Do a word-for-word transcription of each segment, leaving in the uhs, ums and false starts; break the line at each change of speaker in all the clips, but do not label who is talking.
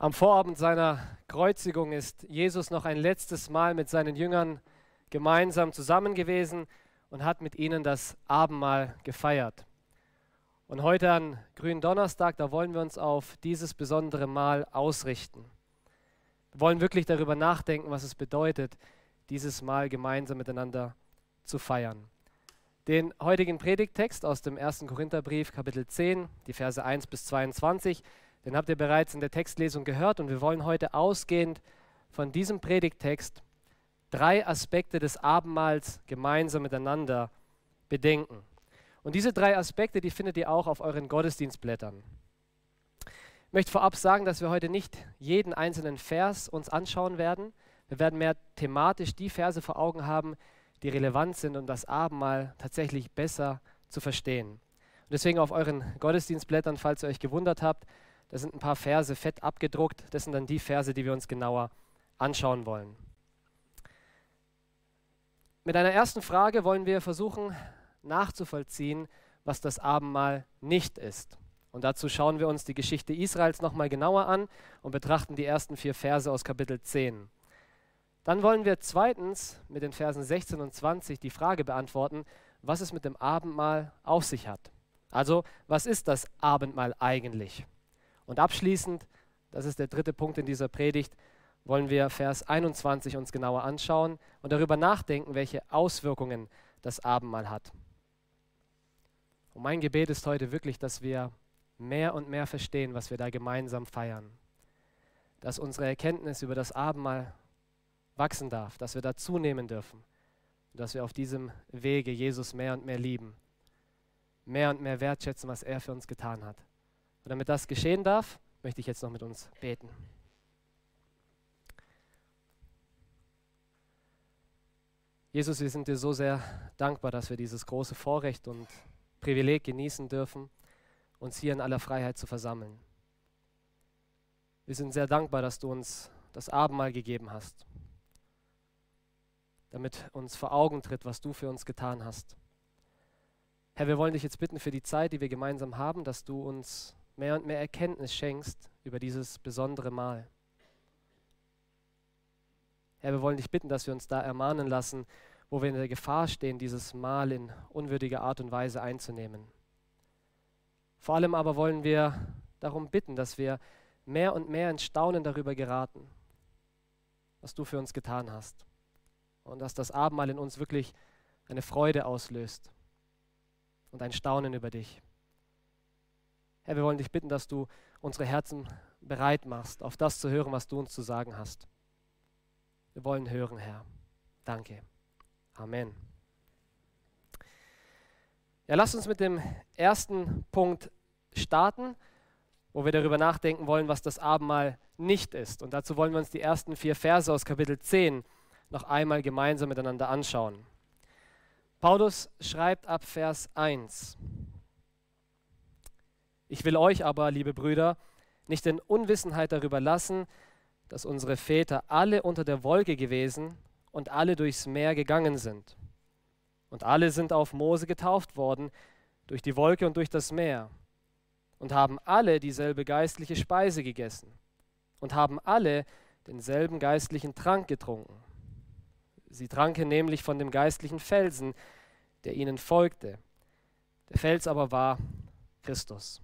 Am Vorabend seiner Kreuzigung ist Jesus noch ein letztes Mal mit seinen Jüngern gemeinsam zusammen gewesen und hat mit ihnen das Abendmahl gefeiert. Und heute an Gründonnerstag, da wollen wir uns auf dieses besondere Mahl ausrichten. Wir wollen wirklich darüber nachdenken, was es bedeutet, dieses Mahl gemeinsam miteinander zu feiern. Den heutigen Predigttext aus dem ersten Korintherbrief, Kapitel zehn, die Verse eins bis zweiundzwanzig, den habt ihr bereits in der Textlesung gehört und wir wollen heute ausgehend von diesem Predigttext drei Aspekte des Abendmahls gemeinsam miteinander bedenken. Und diese drei Aspekte, die findet ihr auch auf euren Gottesdienstblättern. Ich möchte vorab sagen, dass wir heute nicht jeden einzelnen Vers uns anschauen werden. Wir werden mehr thematisch die Verse vor Augen haben, die relevant sind, um das Abendmahl tatsächlich besser zu verstehen. Und deswegen auf euren Gottesdienstblättern, falls ihr euch gewundert habt, da sind ein paar Verse fett abgedruckt. Das sind dann die Verse, die wir uns genauer anschauen wollen. Mit einer ersten Frage wollen wir versuchen nachzuvollziehen, was das Abendmahl nicht ist. Und dazu schauen wir uns die Geschichte Israels nochmal genauer an und betrachten die ersten vier Verse aus Kapitel zehn. Dann wollen wir zweitens mit den Versen sechzehn und zwanzig die Frage beantworten, was es mit dem Abendmahl auf sich hat. Also, was ist das Abendmahl eigentlich? Und abschließend, das ist der dritte Punkt in dieser Predigt, wollen wir Vers einundzwanzig uns genauer anschauen und darüber nachdenken, welche Auswirkungen das Abendmahl hat. Und mein Gebet ist heute wirklich, dass wir mehr und mehr verstehen, was wir da gemeinsam feiern. Dass unsere Erkenntnis über das Abendmahl wachsen darf, dass wir da zunehmen dürfen und dass wir auf diesem Wege Jesus mehr und mehr lieben, mehr und mehr wertschätzen, was er für uns getan hat. Und damit das geschehen darf, möchte ich jetzt noch mit uns beten. Jesus, wir sind dir so sehr dankbar, dass wir dieses große Vorrecht und Privileg genießen dürfen, uns hier in aller Freiheit zu versammeln. Wir sind sehr dankbar, dass du uns das Abendmahl gegeben hast, damit uns vor Augen tritt, was du für uns getan hast. Herr, wir wollen dich jetzt bitten für die Zeit, die wir gemeinsam haben, dass du uns mehr und mehr Erkenntnis schenkst über dieses besondere Mahl. Herr, wir wollen dich bitten, dass wir uns da ermahnen lassen, wo wir in der Gefahr stehen, dieses Mahl in unwürdiger Art und Weise einzunehmen. Vor allem aber wollen wir darum bitten, dass wir mehr und mehr in Staunen darüber geraten, was du für uns getan hast. Und dass das Abendmahl in uns wirklich eine Freude auslöst und ein Staunen über dich. Herr, wir wollen dich bitten, dass du unsere Herzen bereit machst, auf das zu hören, was du uns zu sagen hast. Wir wollen hören, Herr. Danke. Amen. Ja, lasst uns mit dem ersten Punkt starten, wo wir darüber nachdenken wollen, was das Abendmahl nicht ist. Und dazu wollen wir uns die ersten vier Verse aus Kapitel zehn noch einmal gemeinsam miteinander anschauen. Paulus schreibt ab Vers eins. Ich will euch aber, liebe Brüder, nicht in Unwissenheit darüber lassen, dass unsere Väter alle unter der Wolke gewesen und alle durchs Meer gegangen sind. Und alle sind auf Mose getauft worden, durch die Wolke und durch das Meer, und haben alle dieselbe geistliche Speise gegessen und haben alle denselben geistlichen Trank getrunken. Sie tranken nämlich von dem geistlichen Felsen, der ihnen folgte. Der Fels aber war Christus.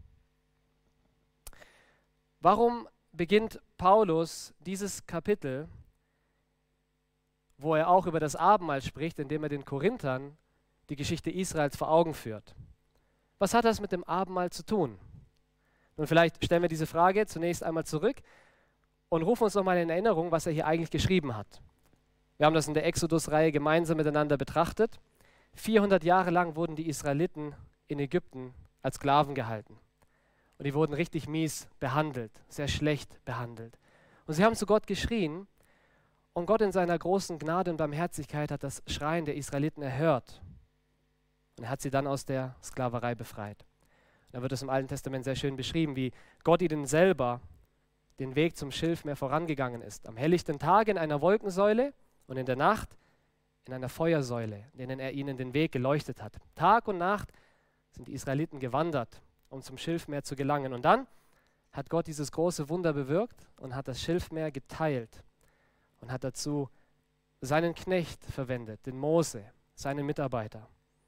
Warum beginnt Paulus dieses Kapitel, wo er auch über das Abendmahl spricht, indem er den Korinthern die Geschichte Israels vor Augen führt? Was hat das mit dem Abendmahl zu tun? Nun, vielleicht stellen wir diese Frage zunächst einmal zurück und rufen uns nochmal in Erinnerung, was er hier eigentlich geschrieben hat. Wir haben das in der Exodus-Reihe gemeinsam miteinander betrachtet. vierhundert Jahre lang wurden die Israeliten in Ägypten als Sklaven gehalten. Und die wurden richtig mies behandelt, sehr schlecht behandelt. Und sie haben zu Gott geschrien und Gott in seiner großen Gnade und Barmherzigkeit hat das Schreien der Israeliten erhört. Und er hat sie dann aus der Sklaverei befreit. Da wird es im Alten Testament sehr schön beschrieben, wie Gott ihnen selber den Weg zum Schilfmeer vorangegangen ist. Am helllichten Tag in einer Wolkensäule und in der Nacht in einer Feuersäule, in denen er ihnen den Weg geleuchtet hat. Tag und Nacht sind die Israeliten gewandert, um zum Schilfmeer zu gelangen. Und dann hat Gott dieses große Wunder bewirkt und hat das Schilfmeer geteilt und hat dazu seinen Knecht verwendet, den Mose, seinen Mitarbeiter.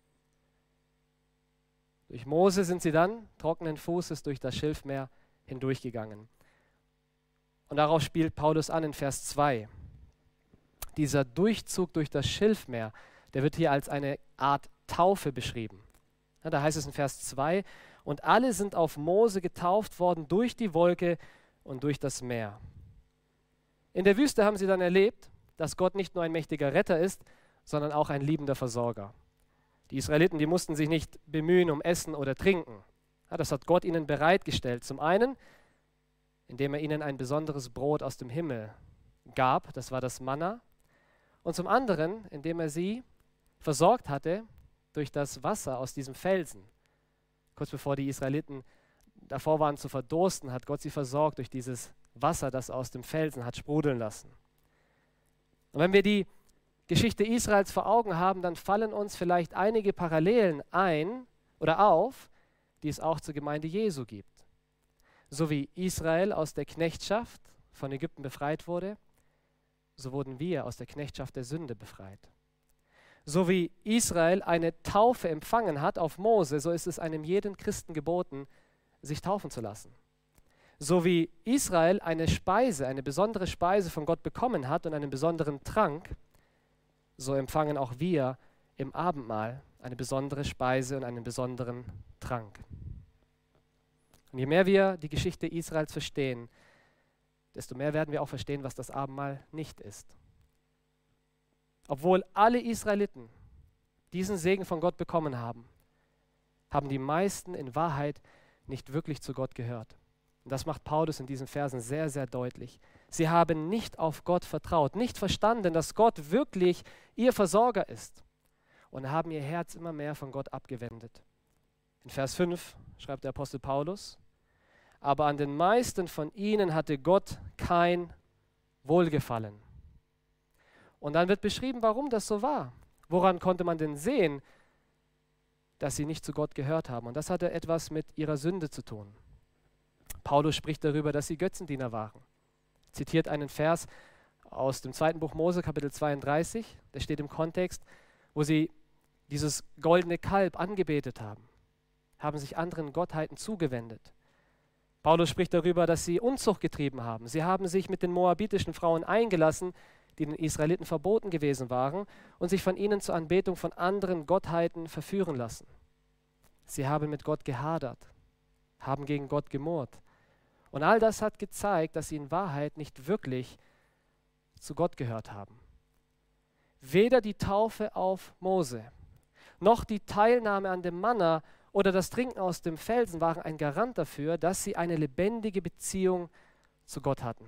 Durch Mose sind sie dann trockenen Fußes durch das Schilfmeer hindurchgegangen. Und darauf spielt Paulus an in Vers zwei. Dieser Durchzug durch das Schilfmeer, der wird hier als eine Art Taufe beschrieben. Ja, da heißt es in Vers zwei, und alle sind auf Mose getauft worden durch die Wolke und durch das Meer. In der Wüste haben sie dann erlebt, dass Gott nicht nur ein mächtiger Retter ist, sondern auch ein liebender Versorger. Die Israeliten, die mussten sich nicht bemühen um Essen oder Trinken. Ja, das hat Gott ihnen bereitgestellt. Zum einen, indem er ihnen ein besonderes Brot aus dem Himmel gab, das war das Manna. Und zum anderen, indem er sie versorgt hatte durch das Wasser aus diesem Felsen. Kurz bevor die Israeliten davor waren zu verdursten, hat Gott sie versorgt durch dieses Wasser, das aus dem Felsen hat sprudeln lassen. Und wenn wir die Geschichte Israels vor Augen haben, dann fallen uns vielleicht einige Parallelen ein oder auf, die es auch zur Gemeinde Jesu gibt. So wie Israel aus der Knechtschaft von Ägypten befreit wurde, so wurden wir aus der Knechtschaft der Sünde befreit. So wie Israel eine Taufe empfangen hat auf Mose, so ist es einem jeden Christen geboten, sich taufen zu lassen. So wie Israel eine Speise, eine besondere Speise von Gott bekommen hat und einen besonderen Trank, so empfangen auch wir im Abendmahl eine besondere Speise und einen besonderen Trank. Und je mehr wir die Geschichte Israels verstehen, desto mehr werden wir auch verstehen, was das Abendmahl nicht ist. Obwohl alle Israeliten diesen Segen von Gott bekommen haben, haben die meisten in Wahrheit nicht wirklich zu Gott gehört. Und das macht Paulus in diesen Versen sehr, sehr deutlich. Sie haben nicht auf Gott vertraut, nicht verstanden, dass Gott wirklich ihr Versorger ist und haben ihr Herz immer mehr von Gott abgewendet. In Vers fünf schreibt der Apostel Paulus, aber an den meisten von ihnen hatte Gott kein Wohlgefallen. Und dann wird beschrieben, warum das so war. Woran konnte man denn sehen, dass sie nicht zu Gott gehört haben? Und das hatte etwas mit ihrer Sünde zu tun. Paulus spricht darüber, dass sie Götzendiener waren. Zitiert einen Vers aus dem zweiten Buch Mose, Kapitel zweiunddreißig. Der steht im Kontext, wo sie dieses goldene Kalb angebetet haben, haben sich anderen Gottheiten zugewendet. Paulus spricht darüber, dass sie Unzucht getrieben haben. Sie haben sich mit den moabitischen Frauen eingelassen, die den Israeliten verboten gewesen waren, und sich von ihnen zur Anbetung von anderen Gottheiten verführen lassen. Sie haben mit Gott gehadert, haben gegen Gott gemurrt. Und all das hat gezeigt, dass sie in Wahrheit nicht wirklich zu Gott gehört haben. Weder die Taufe auf Mose, noch die Teilnahme an dem Manna oder das Trinken aus dem Felsen waren ein Garant dafür, dass sie eine lebendige Beziehung zu Gott hatten.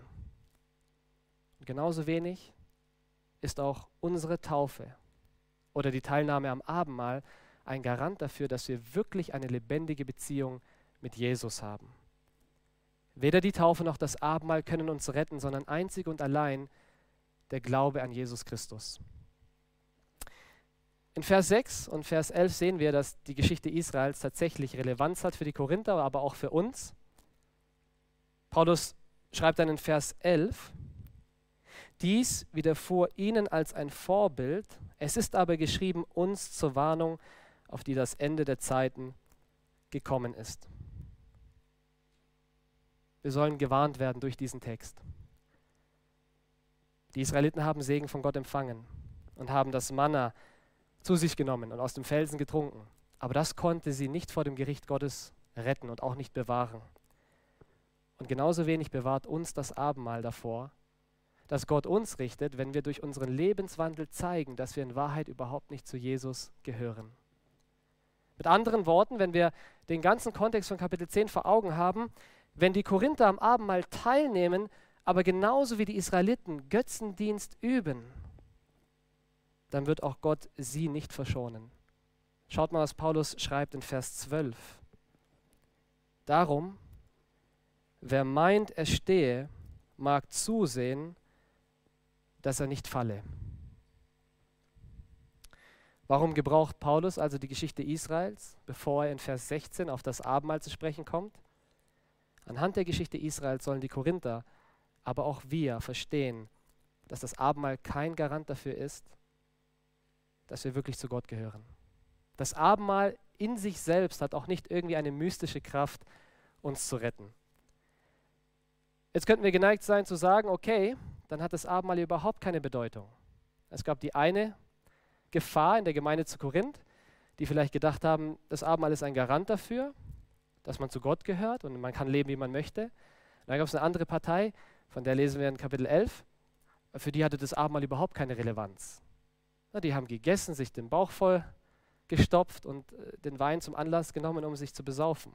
Und genauso wenig ist auch unsere Taufe oder die Teilnahme am Abendmahl ein Garant dafür, dass wir wirklich eine lebendige Beziehung mit Jesus haben. Weder die Taufe noch das Abendmahl können uns retten, sondern einzig und allein der Glaube an Jesus Christus. In Vers sechs und Vers elf sehen wir, dass die Geschichte Israels tatsächlich Relevanz hat für die Korinther, aber auch für uns. Paulus schreibt dann in Vers elf, dies widerfuhr ihnen als ein Vorbild, es ist aber geschrieben uns zur Warnung, auf die das Ende der Zeiten gekommen ist. Wir sollen gewarnt werden durch diesen Text. Die Israeliten haben Segen von Gott empfangen und haben das Manna zu sich genommen und aus dem Felsen getrunken. Aber das konnte sie nicht vor dem Gericht Gottes retten und auch nicht bewahren. Und genauso wenig bewahrt uns das Abendmahl davor, dass Gott uns richtet, wenn wir durch unseren Lebenswandel zeigen, dass wir in Wahrheit überhaupt nicht zu Jesus gehören. Mit anderen Worten, wenn wir den ganzen Kontext von Kapitel zehn vor Augen haben, wenn die Korinther am Abendmahl teilnehmen, aber genauso wie die Israeliten Götzendienst üben, dann wird auch Gott sie nicht verschonen. Schaut mal, was Paulus schreibt in Vers zwölf. Darum, wer meint, er stehe, mag zusehen, dass er nicht falle. Warum gebraucht Paulus also die Geschichte Israels, bevor er in Vers sechzehn auf das Abendmahl zu sprechen kommt? Anhand der Geschichte Israels sollen die Korinther, aber auch wir verstehen, dass das Abendmahl kein Garant dafür ist, dass wir wirklich zu Gott gehören. Das Abendmahl in sich selbst hat auch nicht irgendwie eine mystische Kraft, uns zu retten. Jetzt könnten wir geneigt sein zu sagen, okay, dann hat das Abendmahl überhaupt keine Bedeutung. Es gab die eine Gefahr in der Gemeinde zu Korinth, die vielleicht gedacht haben, das Abendmahl ist ein Garant dafür, dass man zu Gott gehört und man kann leben, wie man möchte. Dann gab es eine andere Partei, von der lesen wir in Kapitel elf, für die hatte das Abendmahl überhaupt keine Relevanz. Na, die haben gegessen, sich den Bauch voll gestopft und äh, den Wein zum Anlass genommen, um sich zu besaufen.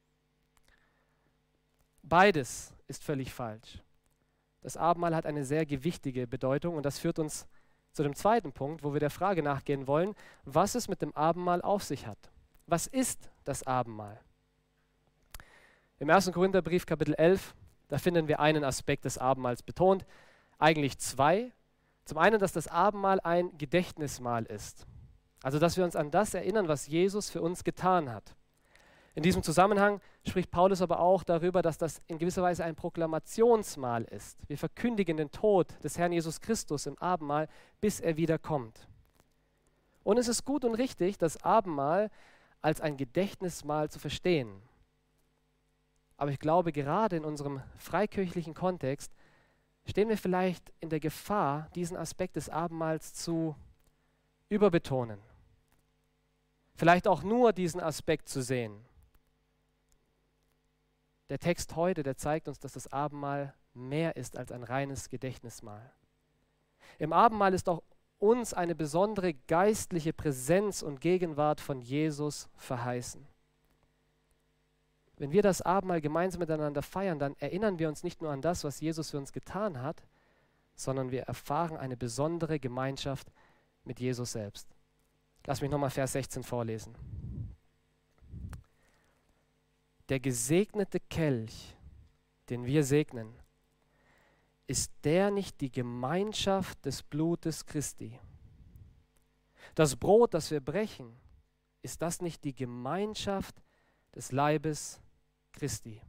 Beides ist völlig falsch. Das Abendmahl hat eine sehr gewichtige Bedeutung und das führt uns zu dem zweiten Punkt, wo wir der Frage nachgehen wollen, was es mit dem Abendmahl auf sich hat. Was ist das Abendmahl? Im ersten Korintherbrief Kapitel elf, da finden wir einen Aspekt des Abendmahls betont, eigentlich zwei. Zum einen, dass das Abendmahl ein Gedächtnismahl ist. Also, dass wir uns an das erinnern, was Jesus für uns getan hat. In diesem Zusammenhang spricht Paulus aber auch darüber, dass das in gewisser Weise ein Proklamationsmahl ist. Wir verkündigen den Tod des Herrn Jesus Christus im Abendmahl, bis er wiederkommt. Und es ist gut und richtig, das Abendmahl als ein Gedächtnismahl zu verstehen. Aber ich glaube, gerade in unserem freikirchlichen Kontext stehen wir vielleicht in der Gefahr, diesen Aspekt des Abendmahls zu überbetonen. Vielleicht auch nur diesen Aspekt zu sehen. Der Text heute, der zeigt uns, dass das Abendmahl mehr ist als ein reines Gedächtnismahl. Im Abendmahl ist auch uns eine besondere geistliche Präsenz und Gegenwart von Jesus verheißen. Wenn wir das Abendmahl gemeinsam miteinander feiern, dann erinnern wir uns nicht nur an das, was Jesus für uns getan hat, sondern wir erfahren eine besondere Gemeinschaft mit Jesus selbst. Lass mich nochmal Vers sechzehn vorlesen. Der gesegnete Kelch, den wir segnen, ist der nicht die Gemeinschaft des Blutes Christi? Das Brot, das wir brechen, ist das nicht die Gemeinschaft des Leibes Christi?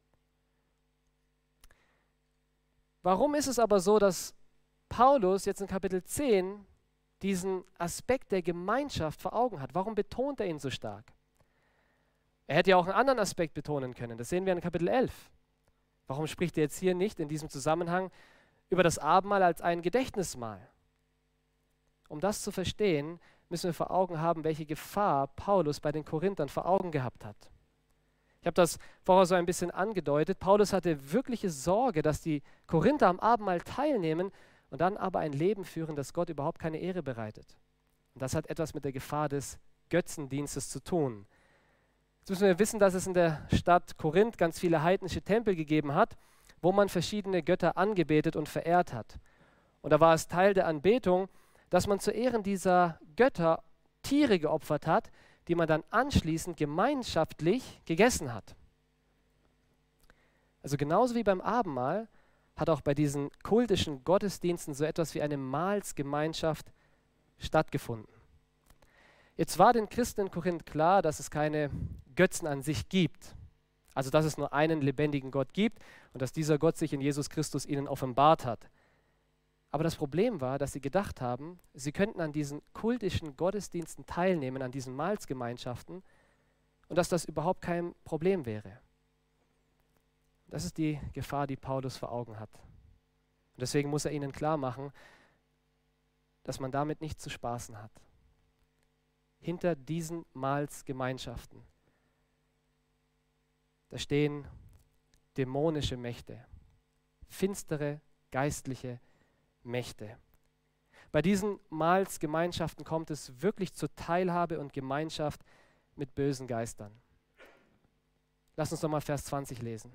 Warum ist es aber so, dass Paulus jetzt in Kapitel zehn diesen Aspekt der Gemeinschaft vor Augen hat? Warum betont er ihn so stark? Er hätte ja auch einen anderen Aspekt betonen können. Das sehen wir in Kapitel elf. Warum spricht er jetzt hier nicht in diesem Zusammenhang über das Abendmahl als ein Gedächtnismahl? Um das zu verstehen, müssen wir vor Augen haben, welche Gefahr Paulus bei den Korinthern vor Augen gehabt hat. Ich habe das vorher so ein bisschen angedeutet. Paulus hatte wirkliche Sorge, dass die Korinther am Abendmahl teilnehmen und dann aber ein Leben führen, das Gott überhaupt keine Ehre bereitet. Und das hat etwas mit der Gefahr des Götzendienstes zu tun. Jetzt müssen wir wissen, dass es in der Stadt Korinth ganz viele heidnische Tempel gegeben hat, wo man verschiedene Götter angebetet und verehrt hat. Und da war es Teil der Anbetung, dass man zu Ehren dieser Götter Tiere geopfert hat, die man dann anschließend gemeinschaftlich gegessen hat. Also genauso wie beim Abendmahl hat auch bei diesen kultischen Gottesdiensten so etwas wie eine Mahlsgemeinschaft stattgefunden. Jetzt war den Christen in Korinth klar, dass es keine Götzen an sich gibt. Also dass es nur einen lebendigen Gott gibt und dass dieser Gott sich in Jesus Christus ihnen offenbart hat. Aber das Problem war, dass sie gedacht haben, sie könnten an diesen kultischen Gottesdiensten teilnehmen, an diesen Mahlsgemeinschaften und dass das überhaupt kein Problem wäre. Das ist die Gefahr, die Paulus vor Augen hat. Und deswegen muss er ihnen klar machen, dass man damit nicht zu spaßen hat. Hinter diesen Mahlsgemeinschaften, da stehen dämonische Mächte, finstere geistliche Mächte. Bei diesen Mahlsgemeinschaften kommt es wirklich zur Teilhabe und Gemeinschaft mit bösen Geistern. Lass uns doch mal Vers zwanzig lesen.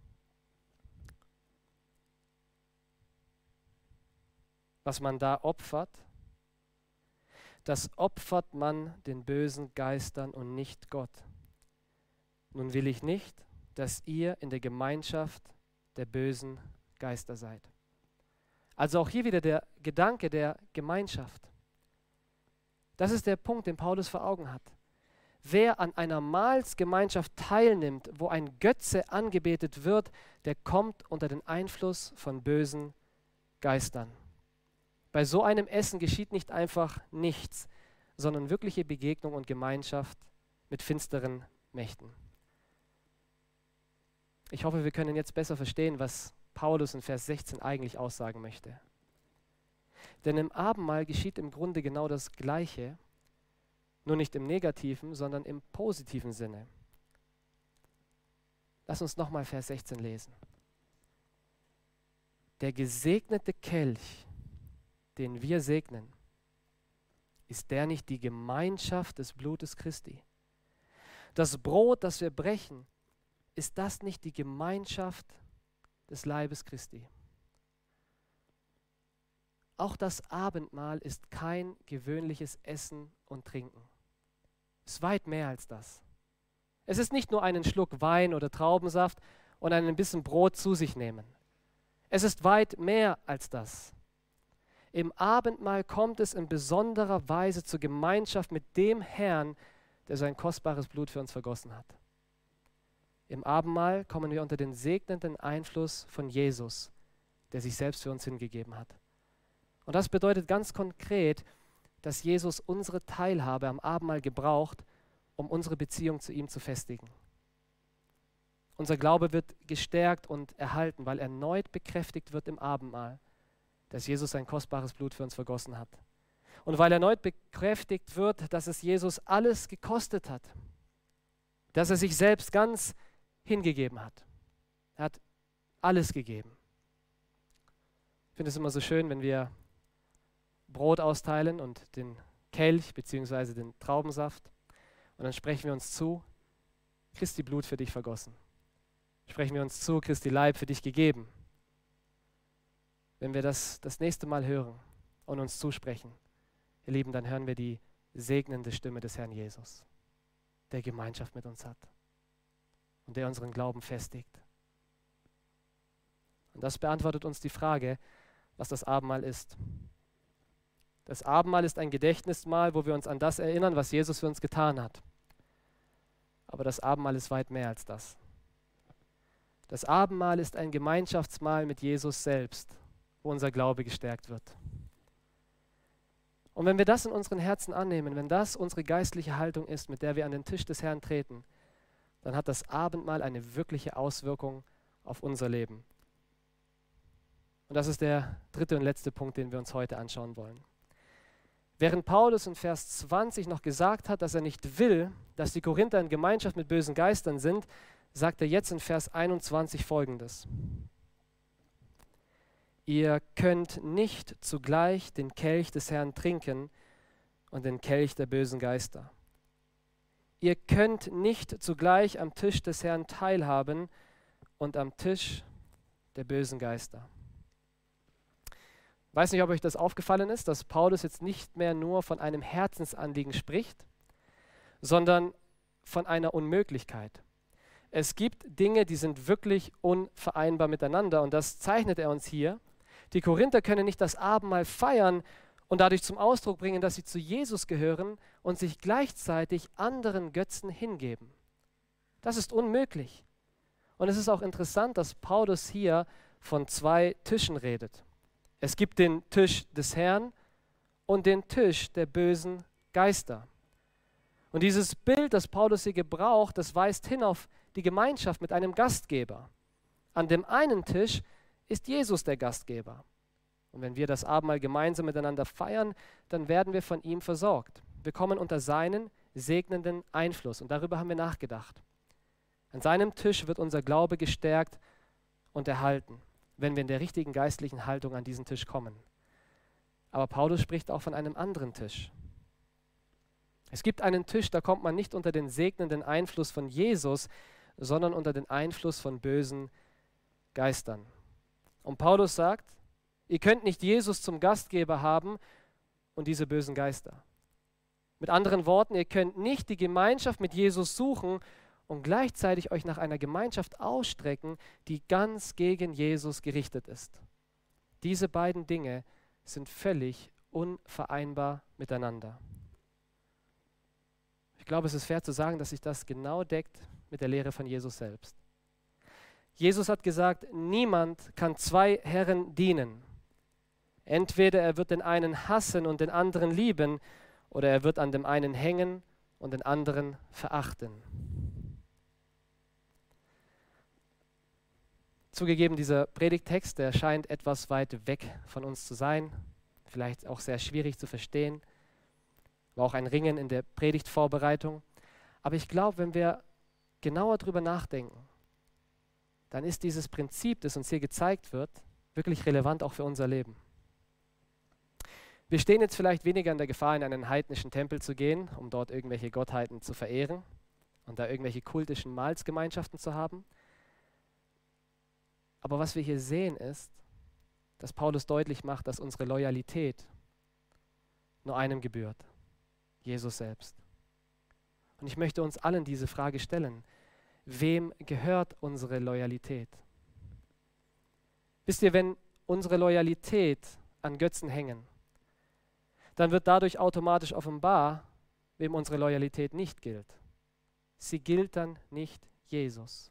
Was man da opfert, das opfert man den bösen Geistern und nicht Gott. Nun will ich nicht, dass ihr in der Gemeinschaft der bösen Geister seid. Also auch hier wieder der Gedanke der Gemeinschaft. Das ist der Punkt, den Paulus vor Augen hat. wer an einer Mahlsgemeinschaft teilnimmt, wo ein Götze angebetet wird, der kommt unter den Einfluss von bösen Geistern. Bei so einem Essen geschieht nicht einfach nichts, sondern wirkliche Begegnung und Gemeinschaft mit finsteren Mächten. Ich hoffe, wir können jetzt besser verstehen, was Paulus in Vers sechzehn eigentlich aussagen möchte. Denn im Abendmahl geschieht im Grunde genau das Gleiche, nur nicht im negativen, sondern im positiven Sinne. Lass uns nochmal Vers sechzehn lesen. Der gesegnete Kelch, den wir segnen, ist der nicht die Gemeinschaft des Blutes Christi? Das Brot, das wir brechen, ist das nicht die Gemeinschaft des Leibes Christi? Auch das Abendmahl ist kein gewöhnliches Essen und Trinken. Es ist weit mehr als das. Es ist nicht nur einen Schluck Wein oder Traubensaft und ein bisschen Brot zu sich nehmen. Es ist weit mehr als das. Im Abendmahl kommt es in besonderer Weise zur Gemeinschaft mit dem Herrn, der sein kostbares Blut für uns vergossen hat. Im Abendmahl kommen wir unter den segnenden Einfluss von Jesus, der sich selbst für uns hingegeben hat. Und das bedeutet ganz konkret, dass Jesus unsere Teilhabe am Abendmahl gebraucht, um unsere Beziehung zu ihm zu festigen. Unser Glaube wird gestärkt und erhalten, weil erneut bekräftigt wird im Abendmahl, dass Jesus sein kostbares Blut für uns vergossen hat. Und weil erneut bekräftigt wird, dass es Jesus alles gekostet hat, dass er sich selbst ganz hingegeben hat. Er hat alles gegeben. Ich finde es immer so schön, wenn wir Brot austeilen und den Kelch bzw. den Traubensaft und dann sprechen wir uns zu, Christi Blut für dich vergossen. Sprechen wir uns zu, Christi Leib für dich gegeben. Wenn wir das das nächste Mal hören und uns zusprechen, ihr Lieben, dann hören wir die segnende Stimme des Herrn Jesus, der Gemeinschaft mit uns hat und der unseren Glauben festigt. Und das beantwortet uns die Frage, was das Abendmahl ist. Das Abendmahl ist ein Gedächtnismahl, wo wir uns an das erinnern, was Jesus für uns getan hat. Aber das Abendmahl ist weit mehr als das. Das Abendmahl ist ein Gemeinschaftsmahl mit Jesus selbst, wo unser Glaube gestärkt wird. Und wenn wir das in unseren Herzen annehmen, wenn das unsere geistliche Haltung ist, mit der wir an den Tisch des Herrn treten, dann hat das Abendmahl eine wirkliche Auswirkung auf unser Leben. Und das ist der dritte und letzte Punkt, den wir uns heute anschauen wollen. Während Paulus in Vers zwanzig noch gesagt hat, dass er nicht will, dass die Korinther in Gemeinschaft mit bösen Geistern sind, sagt er jetzt in Vers einundzwanzig Folgendes. Ihr könnt nicht zugleich den Kelch des Herrn trinken und den Kelch der bösen Geister. Ihr könnt nicht zugleich am Tisch des Herrn teilhaben und am Tisch der bösen Geister. Ich weiß nicht, ob euch das aufgefallen ist, dass Paulus jetzt nicht mehr nur von einem Herzensanliegen spricht, sondern von einer Unmöglichkeit. Es gibt Dinge, die sind wirklich unvereinbar miteinander und das zeichnet er uns hier. Die Korinther können nicht das Abendmahl feiern und dadurch zum Ausdruck bringen, dass sie zu Jesus gehören und sich gleichzeitig anderen Götzen hingeben. Das ist unmöglich. Und es ist auch interessant, dass Paulus hier von zwei Tischen redet. Es gibt den Tisch des Herrn und den Tisch der bösen Geister. Und dieses Bild, das Paulus hier gebraucht, das weist hin auf die Gemeinschaft mit einem Gastgeber. An dem einen Tisch ist Jesus der Gastgeber. Und wenn wir das Abendmahl gemeinsam miteinander feiern, dann werden wir von ihm versorgt. Wir kommen unter seinen segnenden Einfluss und darüber haben wir nachgedacht. An seinem Tisch wird unser Glaube gestärkt und erhalten, wenn wir in der richtigen geistlichen Haltung an diesen Tisch kommen. Aber Paulus spricht auch von einem anderen Tisch. Es gibt einen Tisch, da kommt man nicht unter den segnenden Einfluss von Jesus, sondern unter den Einfluss von bösen Geistern. Und Paulus sagt, ihr könnt nicht Jesus zum Gastgeber haben und diese bösen Geister. Mit anderen Worten, ihr könnt nicht die Gemeinschaft mit Jesus suchen und gleichzeitig euch nach einer Gemeinschaft ausstrecken, die ganz gegen Jesus gerichtet ist. Diese beiden Dinge sind völlig unvereinbar miteinander. Ich glaube, es ist fair zu sagen, dass sich das genau deckt mit der Lehre von Jesus selbst. Jesus hat gesagt, niemand kann zwei Herren dienen. Entweder er wird den einen hassen und den anderen lieben, oder er wird an dem einen hängen und den anderen verachten. Zugegeben, dieser Predigttext, der scheint etwas weit weg von uns zu sein, vielleicht auch sehr schwierig zu verstehen, war auch ein Ringen in der Predigtvorbereitung. Aber ich glaube, wenn wir genauer drüber nachdenken, dann ist dieses Prinzip, das uns hier gezeigt wird, wirklich relevant auch für unser Leben. Wir stehen jetzt vielleicht weniger in der Gefahr, in einen heidnischen Tempel zu gehen, um dort irgendwelche Gottheiten zu verehren und da irgendwelche kultischen Mahlsgemeinschaften zu haben. Aber was wir hier sehen ist, dass Paulus deutlich macht, dass unsere Loyalität nur einem gebührt, Jesus selbst. Und ich möchte uns allen diese Frage stellen: Wem gehört unsere Loyalität? Wisst ihr, wenn unsere Loyalität an Götzen hängen, dann wird dadurch automatisch offenbar, wem unsere Loyalität nicht gilt. Sie gilt dann nicht Jesus.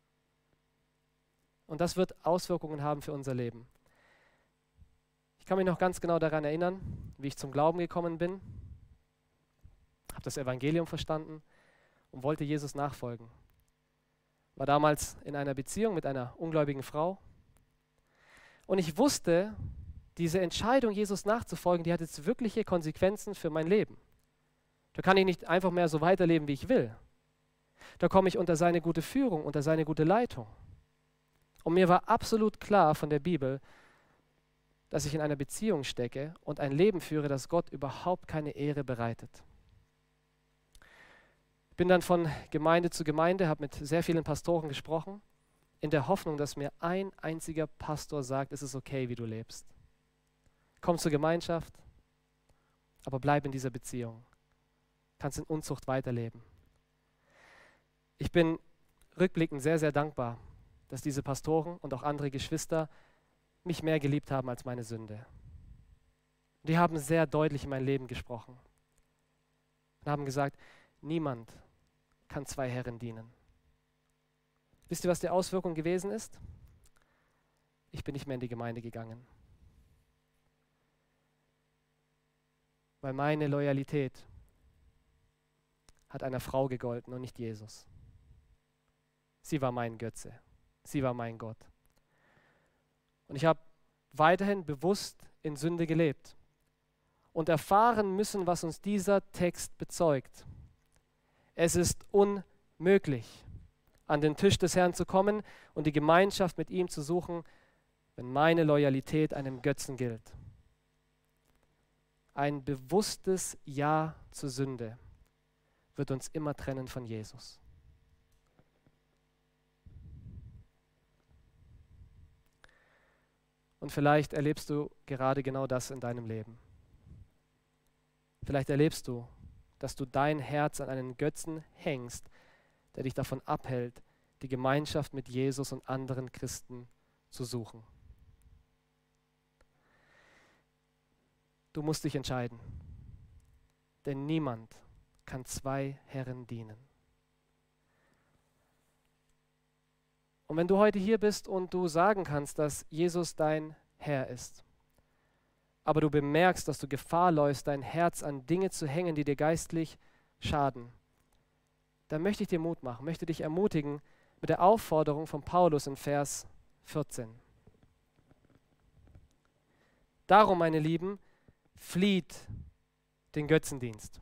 Und das wird Auswirkungen haben für unser Leben. Ich kann mich noch ganz genau daran erinnern, wie ich zum Glauben gekommen bin, habe das Evangelium verstanden und wollte Jesus nachfolgen. War damals in einer Beziehung mit einer ungläubigen Frau. Und ich wusste, diese Entscheidung, Jesus nachzufolgen, die hat jetzt wirkliche Konsequenzen für mein Leben. Da kann ich nicht einfach mehr so weiterleben, wie ich will. Da komme ich unter seine gute Führung, unter seine gute Leitung. Und mir war absolut klar von der Bibel, dass ich in einer Beziehung stecke und ein Leben führe, das Gott überhaupt keine Ehre bereitet. Ich bin dann von Gemeinde zu Gemeinde, habe mit sehr vielen Pastoren gesprochen, in der Hoffnung, dass mir ein einziger Pastor sagt, es ist okay, wie du lebst. Komm zur Gemeinschaft, aber bleib in dieser Beziehung. Kannst in Unzucht weiterleben. Ich bin rückblickend sehr, sehr dankbar, dass diese Pastoren und auch andere Geschwister mich mehr geliebt haben als meine Sünde. Die haben sehr deutlich in mein Leben gesprochen und haben gesagt, niemand kann zwei Herren dienen. Wisst ihr, was die Auswirkung gewesen ist? Ich bin nicht mehr in die Gemeinde gegangen. Weil meine Loyalität hat einer Frau gegolten und nicht Jesus. Sie war mein Götze. Sie war mein Gott. Und ich habe weiterhin bewusst in Sünde gelebt und erfahren müssen, was uns dieser Text bezeugt. Es ist unmöglich, an den Tisch des Herrn zu kommen und die Gemeinschaft mit ihm zu suchen, wenn meine Loyalität einem Götzen gilt. Ein bewusstes Ja zur Sünde wird uns immer trennen von Jesus. Und vielleicht erlebst du gerade genau das in deinem Leben. Vielleicht erlebst du, dass du dein Herz an einen Götzen hängst, der dich davon abhält, die Gemeinschaft mit Jesus und anderen Christen zu suchen. Du musst dich entscheiden, denn niemand kann zwei Herren dienen. Und wenn du heute hier bist und du sagen kannst, dass Jesus dein Herr ist, aber du bemerkst, dass du Gefahr läufst, dein Herz an Dinge zu hängen, die dir geistlich schaden, dann möchte ich dir Mut machen, möchte dich ermutigen mit der Aufforderung von Paulus in Vers vierzehn. Darum, meine Lieben, flieht den Götzendienst.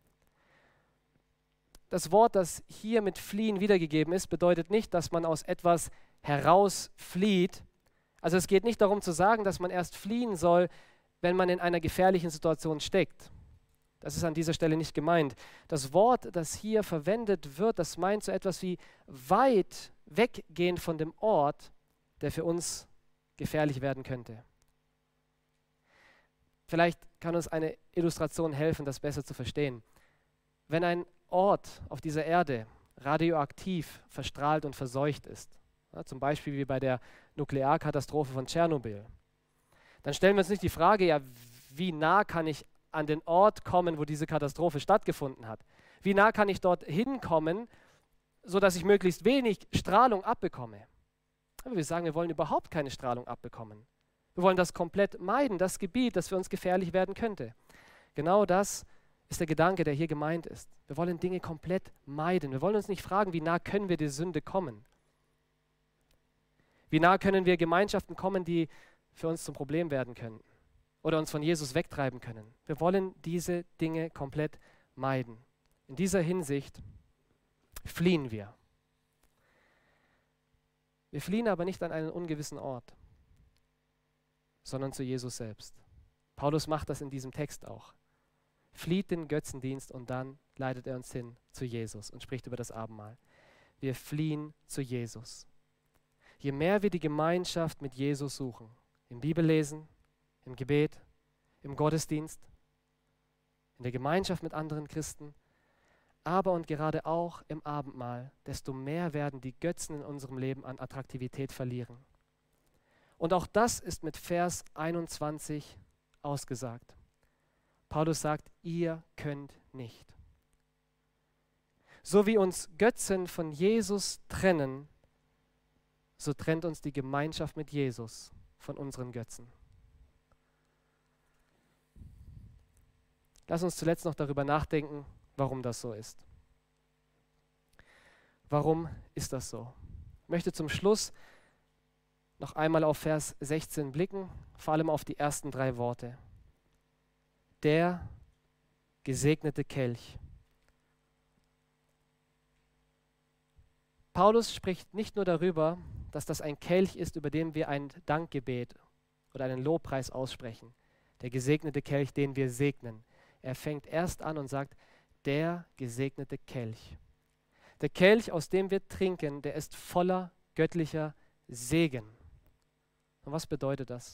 Das Wort, das hier mit fliehen wiedergegeben ist, bedeutet nicht, dass man aus etwas herausflieht. Also es geht nicht darum zu sagen, dass man erst fliehen soll, wenn man in einer gefährlichen Situation steckt. Das ist an dieser Stelle nicht gemeint. Das Wort, das hier verwendet wird, das meint so etwas wie weit weggehen von dem Ort, der für uns gefährlich werden könnte. Vielleicht kann uns eine Illustration helfen, das besser zu verstehen. Wenn ein Ort auf dieser Erde radioaktiv verstrahlt und verseucht ist, ja, zum Beispiel wie bei der Nuklearkatastrophe von Tschernobyl, dann stellen wir uns nicht die Frage, ja, wie nah kann ich an den Ort kommen, wo diese Katastrophe stattgefunden hat? Wie nah kann ich dort hinkommen, sodass ich möglichst wenig Strahlung abbekomme? Aber wir sagen, wir wollen überhaupt keine Strahlung abbekommen. Wir wollen das komplett meiden, das Gebiet, das für uns gefährlich werden könnte. Genau das ist der Gedanke, der hier gemeint ist. Wir wollen Dinge komplett meiden. Wir wollen uns nicht fragen, wie nah können wir der Sünde kommen? Wie nah können wir Gemeinschaften kommen, die für uns zum Problem werden können oder uns von Jesus wegtreiben können? Wir wollen diese Dinge komplett meiden. In dieser Hinsicht fliehen wir. Wir fliehen aber nicht an einen ungewissen Ort, sondern zu Jesus selbst. Paulus macht das in diesem Text auch. Flieht den Götzendienst und dann leitet er uns hin zu Jesus und spricht über das Abendmahl. Wir fliehen zu Jesus. Je mehr wir die Gemeinschaft mit Jesus suchen, im Bibellesen, im Gebet, im Gottesdienst, in der Gemeinschaft mit anderen Christen, aber und gerade auch im Abendmahl, desto mehr werden die Götzen in unserem Leben an Attraktivität verlieren. Und auch das ist mit Vers einundzwanzig ausgesagt. Paulus sagt, ihr könnt nicht. So wie uns Götzen von Jesus trennen, so trennt uns die Gemeinschaft mit Jesus von unseren Götzen. Lass uns zuletzt noch darüber nachdenken, warum das so ist. Warum ist das so? Ich möchte zum Schluss noch einmal auf Vers sechzehn blicken, vor allem auf die ersten drei Worte. Der gesegnete Kelch. Paulus spricht nicht nur darüber, dass das ein Kelch ist, über den wir ein Dankgebet oder einen Lobpreis aussprechen. Der gesegnete Kelch, den wir segnen. Er fängt erst an und sagt, der gesegnete Kelch. Der Kelch, aus dem wir trinken, der ist voller göttlicher Segen. Und was bedeutet das?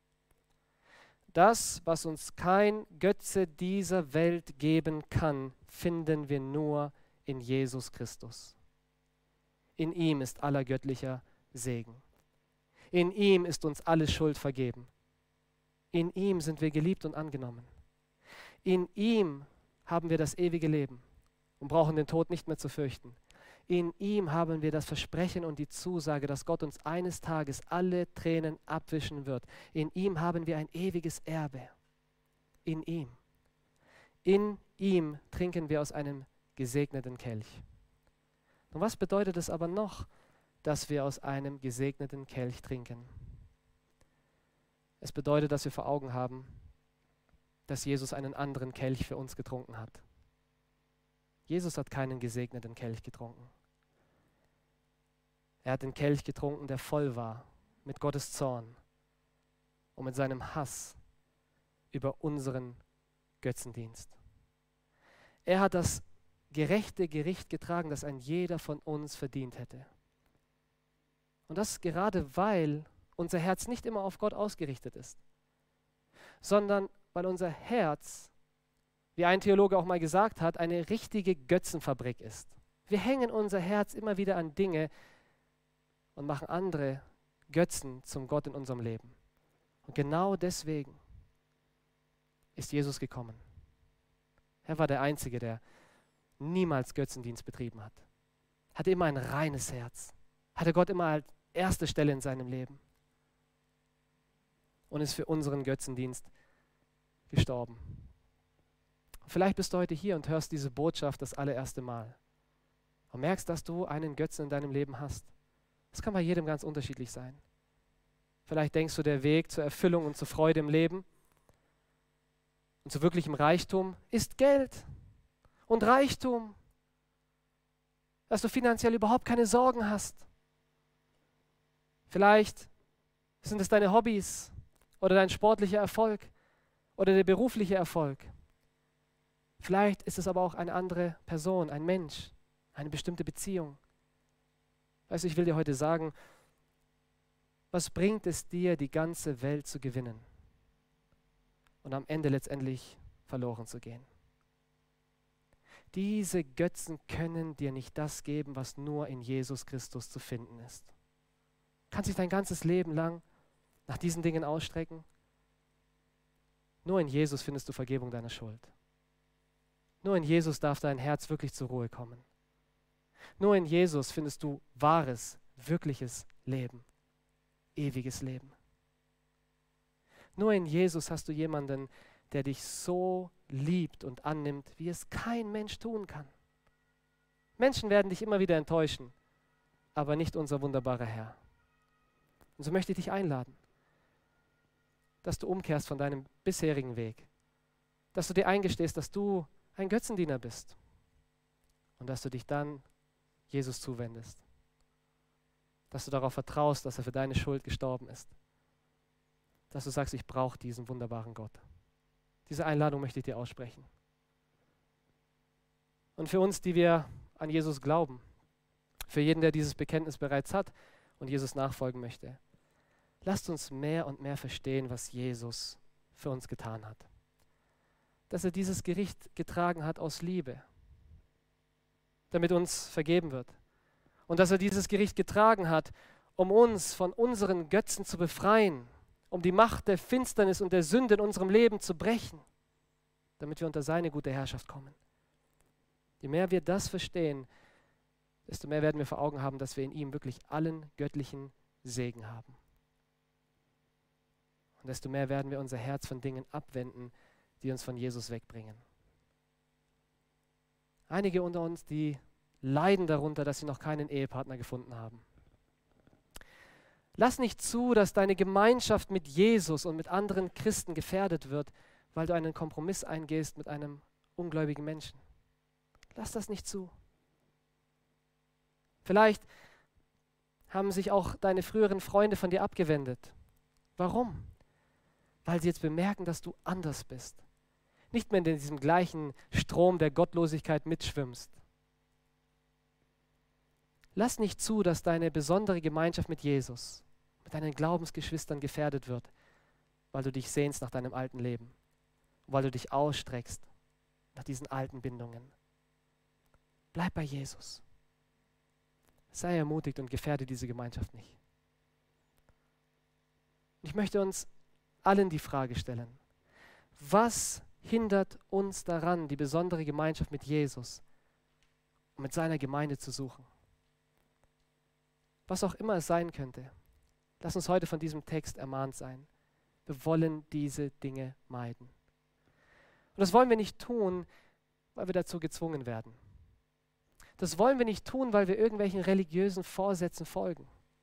Das, was uns kein Götze dieser Welt geben kann, finden wir nur in Jesus Christus. In ihm ist aller göttlicher Segen. In ihm ist uns alle Schuld vergeben. In ihm sind wir geliebt und angenommen. In ihm haben wir das ewige Leben und brauchen den Tod nicht mehr zu fürchten. In ihm haben wir das Versprechen und die Zusage, dass Gott uns eines Tages alle Tränen abwischen wird. In ihm haben wir ein ewiges Erbe. In ihm. In ihm trinken wir aus einem gesegneten Kelch. Und was bedeutet es aber noch, dass wir aus einem gesegneten Kelch trinken? Es bedeutet, dass wir vor Augen haben, dass Jesus einen anderen Kelch für uns getrunken hat. Jesus hat keinen gesegneten Kelch getrunken. Er hat den Kelch getrunken, der voll war mit Gottes Zorn und mit seinem Hass über unseren Götzendienst. Er hat das gerechte Gericht getragen, das ein jeder von uns verdient hätte. Und das gerade, weil unser Herz nicht immer auf Gott ausgerichtet ist, sondern weil unser Herz, wie ein Theologe auch mal gesagt hat, eine richtige Götzenfabrik ist. Wir hängen unser Herz immer wieder an Dinge und machen andere Götzen zum Gott in unserem Leben. Und genau deswegen ist Jesus gekommen. Er war der Einzige, der niemals Götzendienst betrieben hat. Hatte immer ein reines Herz. Hatte Gott immer als erste Stelle in seinem Leben. Und ist für unseren Götzendienst gestorben. Vielleicht bist du heute hier und hörst diese Botschaft das allererste Mal und merkst, dass du einen Götzen in deinem Leben hast. Das kann bei jedem ganz unterschiedlich sein. Vielleicht denkst du, der Weg zur Erfüllung und zur Freude im Leben und zu wirklichem Reichtum ist Geld und Reichtum, dass du finanziell überhaupt keine Sorgen hast. Vielleicht sind es deine Hobbys oder dein sportlicher Erfolg oder der berufliche Erfolg. Vielleicht ist es aber auch eine andere Person, ein Mensch, eine bestimmte Beziehung. Weißt du, ich will dir heute sagen, was bringt es dir, die ganze Welt zu gewinnen und am Ende letztendlich verloren zu gehen? Diese Götzen können dir nicht das geben, was nur in Jesus Christus zu finden ist. Du kannst dich dein ganzes Leben lang nach diesen Dingen ausstrecken. Nur in Jesus findest du Vergebung deiner Schuld. Nur in Jesus darf dein Herz wirklich zur Ruhe kommen. Nur in Jesus findest du wahres, wirkliches Leben, ewiges Leben. Nur in Jesus hast du jemanden, der dich so liebt und annimmt, wie es kein Mensch tun kann. Menschen werden dich immer wieder enttäuschen, aber nicht unser wunderbarer Herr. Und so möchte ich dich einladen, dass du umkehrst von deinem bisherigen Weg, dass du dir eingestehst, dass du ein Götzendiener bist und dass du dich dann Jesus zuwendest, dass du darauf vertraust, dass er für deine Schuld gestorben ist, dass du sagst, ich brauche diesen wunderbaren Gott. Diese Einladung möchte ich dir aussprechen. Und für uns, die wir an Jesus glauben, für jeden, der dieses Bekenntnis bereits hat und Jesus nachfolgen möchte, lasst uns mehr und mehr verstehen, was Jesus für uns getan hat. Dass er dieses Gericht getragen hat aus Liebe, damit uns vergeben wird. Und dass er dieses Gericht getragen hat, um uns von unseren Götzen zu befreien, um die Macht der Finsternis und der Sünde in unserem Leben zu brechen, damit wir unter seine gute Herrschaft kommen. Je mehr wir das verstehen, desto mehr werden wir vor Augen haben, dass wir in ihm wirklich allen göttlichen Segen haben. Und desto mehr werden wir unser Herz von Dingen abwenden, die uns von Jesus wegbringen. Einige unter uns, die leiden darunter, dass sie noch keinen Ehepartner gefunden haben. Lass nicht zu, dass deine Gemeinschaft mit Jesus und mit anderen Christen gefährdet wird, weil du einen Kompromiss eingehst mit einem ungläubigen Menschen. Lass das nicht zu. Vielleicht haben sich auch deine früheren Freunde von dir abgewendet. Warum? Weil sie jetzt bemerken, dass du anders bist. Nicht mehr in diesem gleichen Strom der Gottlosigkeit mitschwimmst. Lass nicht zu, dass deine besondere Gemeinschaft mit Jesus, mit deinen Glaubensgeschwistern gefährdet wird, weil du dich sehnst nach deinem alten Leben, weil du dich ausstreckst nach diesen alten Bindungen. Bleib bei Jesus. Sei ermutigt und gefährde diese Gemeinschaft nicht. Ich möchte uns allen die Frage stellen, was hindert uns daran, die besondere Gemeinschaft mit Jesus und mit seiner Gemeinde zu suchen? Was auch immer es sein könnte, lass uns heute von diesem Text ermahnt sein. Wir wollen diese Dinge meiden. Und das wollen wir nicht tun, weil wir dazu gezwungen werden. Das wollen wir nicht tun, weil wir irgendwelchen religiösen Vorsätzen folgen.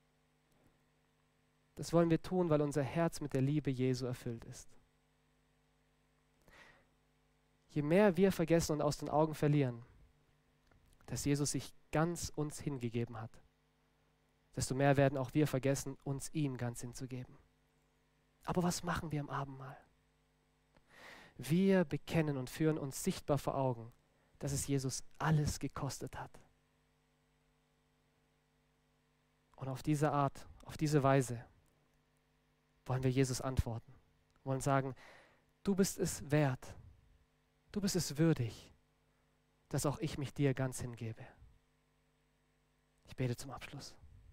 Das wollen wir tun, weil unser Herz mit der Liebe Jesu erfüllt ist. Je mehr wir vergessen und aus den Augen verlieren, dass Jesus sich ganz uns hingegeben hat, desto mehr werden auch wir vergessen, uns ihm ganz hinzugeben. Aber was machen wir im Abendmahl? Wir bekennen und führen uns sichtbar vor Augen, dass es Jesus alles gekostet hat. Und auf diese Art, auf diese Weise wollen wir Jesus antworten. Wir wollen sagen, du bist es wert, du bist es würdig, dass auch ich mich dir ganz hingebe. Ich bete zum Abschluss.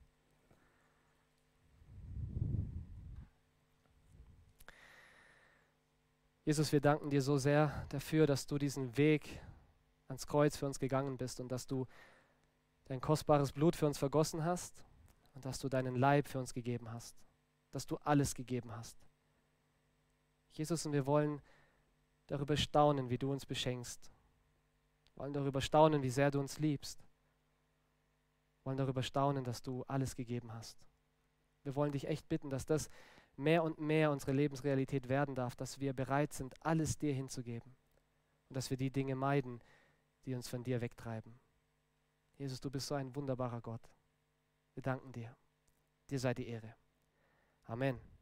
Jesus, wir danken dir so sehr dafür, dass du diesen Weg ans Kreuz für uns gegangen bist und dass du dein kostbares Blut für uns vergossen hast und dass du deinen Leib für uns gegeben hast, dass du alles gegeben hast. Jesus, und wir wollen darüber staunen, wie du uns beschenkst. Wir wollen darüber staunen, wie sehr du uns liebst. Wir wollen darüber staunen, dass du alles gegeben hast. Wir wollen dich echt bitten, dass das mehr und mehr unsere Lebensrealität werden darf, dass wir bereit sind, alles dir hinzugeben und dass wir die Dinge meiden, die uns von dir wegtreiben. Jesus, du bist so ein wunderbarer Gott. Wir danken dir. Dir sei die Ehre. Amen.